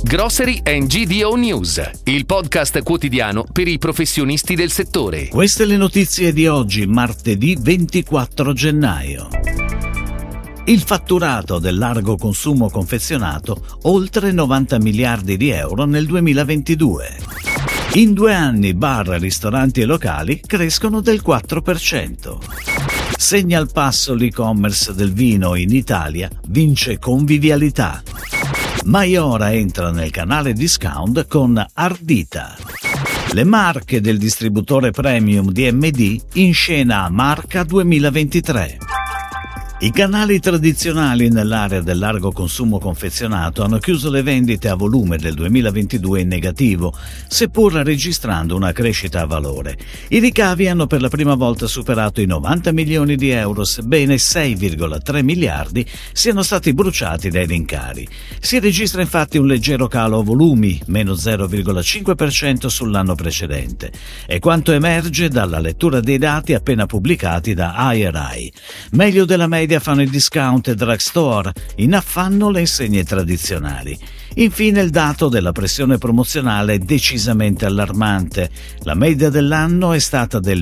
Grocery and GDO News, il podcast quotidiano per i professionisti del settore. Queste le notizie di oggi, martedì 24 gennaio. Il fatturato del largo consumo confezionato oltre 90 miliardi di euro nel 2022. In 2 anni bar, ristoranti e locali crescono del 4%. Segna il passo l'e-commerce del vino in Italia, vince convivialità. Maiora entra nel canale discount con Ardita. Le marche del distributore premium DMD in scena a Marca 2023. I canali tradizionali nell'area del largo consumo confezionato hanno chiuso le vendite a volume del 2022 in negativo, seppur registrando una crescita a valore. I ricavi hanno per la prima volta superato i 90 milioni di euro, sebbene 6,3 miliardi siano stati bruciati dai rincari. Si registra infatti un leggero calo a volumi, meno 0,5% sull'anno precedente. È quanto emerge dalla lettura dei dati appena pubblicati da IRI. Meglio della media fanno i discount e drugstore, in affanno le insegne tradizionali. Infine il dato della pressione promozionale è decisamente allarmante. La media dell'anno è stata del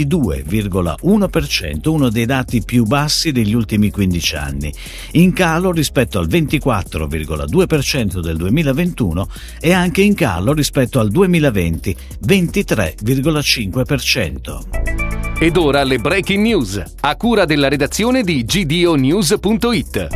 22,1%, uno dei dati più bassi degli ultimi 15 anni, in calo rispetto al 24,2% del 2021 e anche in calo rispetto al 2020, 23,5%. Ed ora le breaking news, a cura della redazione di gdonews.it.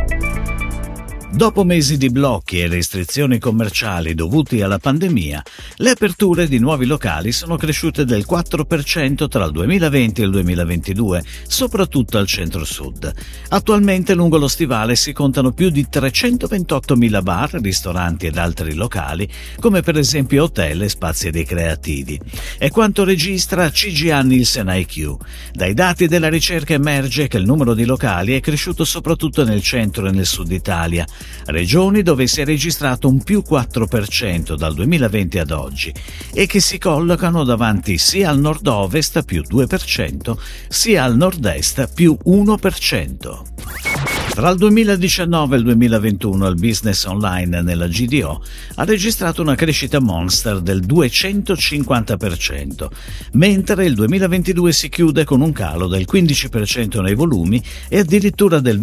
Dopo mesi di blocchi e restrizioni commerciali dovuti alla pandemia, le aperture di nuovi locali sono cresciute del 4% tra il 2020 e il 2022, soprattutto al centro-sud. Attualmente lungo lo stivale si contano più di 328.000 bar, ristoranti ed altri locali, come per esempio hotel e spazi ricreativi. È quanto registra CGA Nielsen IQ. Dai dati della ricerca emerge che il numero di locali è cresciuto soprattutto nel centro e nel sud Italia, regioni dove si è registrato un più 4% dal 2020 ad oggi e che si collocano davanti sia al nord-ovest più 2%, sia al nord-est più 1%. Tra il 2019 e il 2021 il business online nella GDO ha registrato una crescita monster del 250%, mentre il 2022 si chiude con un calo del 15% nei volumi e addirittura del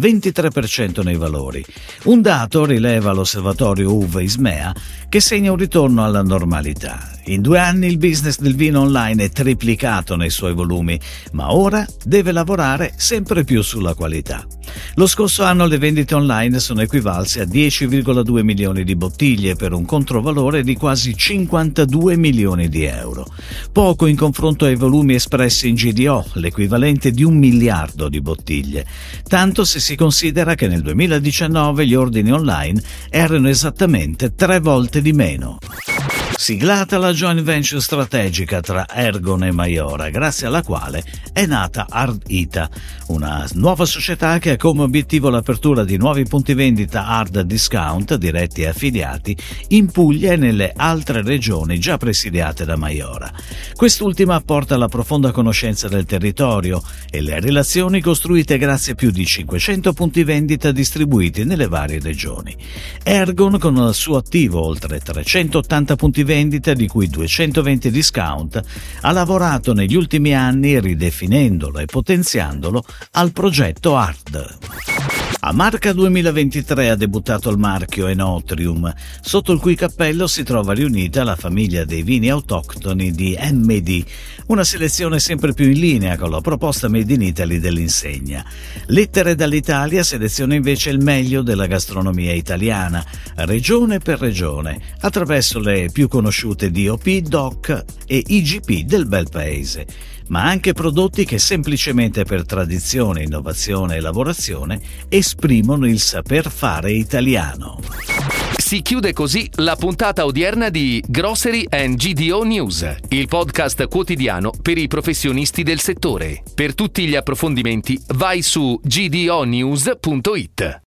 23% nei valori. Un dato rileva l'osservatorio UV-Ismea che segna un ritorno alla normalità. In 2 anni il business del vino online è triplicato nei suoi volumi, ma ora deve lavorare sempre più sulla qualità. Lo scorso anno le vendite online sono equivalse a 10,2 milioni di bottiglie per un controvalore di quasi 52 milioni di euro. Poco in confronto ai volumi espressi in GDO, l'equivalente di 1 miliardo di bottiglie. Tanto se si considera che nel 2019 gli ordini online erano esattamente 3 volte di meno. Siglata la joint venture strategica tra Ergon e Maiora, grazie alla quale è nata Ardita, una nuova società che ha come obiettivo l'apertura di nuovi punti vendita hard discount diretti e affiliati in Puglia e nelle altre regioni già presidiate da Maiora. Quest'ultima apporta la profonda conoscenza del territorio e le relazioni costruite grazie a più di 500 punti vendita distribuiti nelle varie regioni. Ergon, con al suo attivo oltre 380 punti vendita, di cui 220 discount, ha lavorato negli ultimi anni ridefinendolo e potenziandolo al progetto Hard. A Marca 2023 ha debuttato il marchio Enotrium, sotto il cui cappello si trova riunita la famiglia dei vini autoctoni di NMD, una selezione sempre più in linea con la proposta Made in Italy dell'insegna. Lettere dall'Italia seleziona invece il meglio della gastronomia italiana, regione per regione, attraverso le più conosciute DOP, DOC e IGP del bel paese, ma anche prodotti che semplicemente per tradizione, innovazione e lavorazione esprimono il saper fare italiano. Si chiude così la puntata odierna di Grocery and GDO News, il podcast quotidiano per i professionisti del settore. Per tutti gli approfondimenti vai su gdonews.it.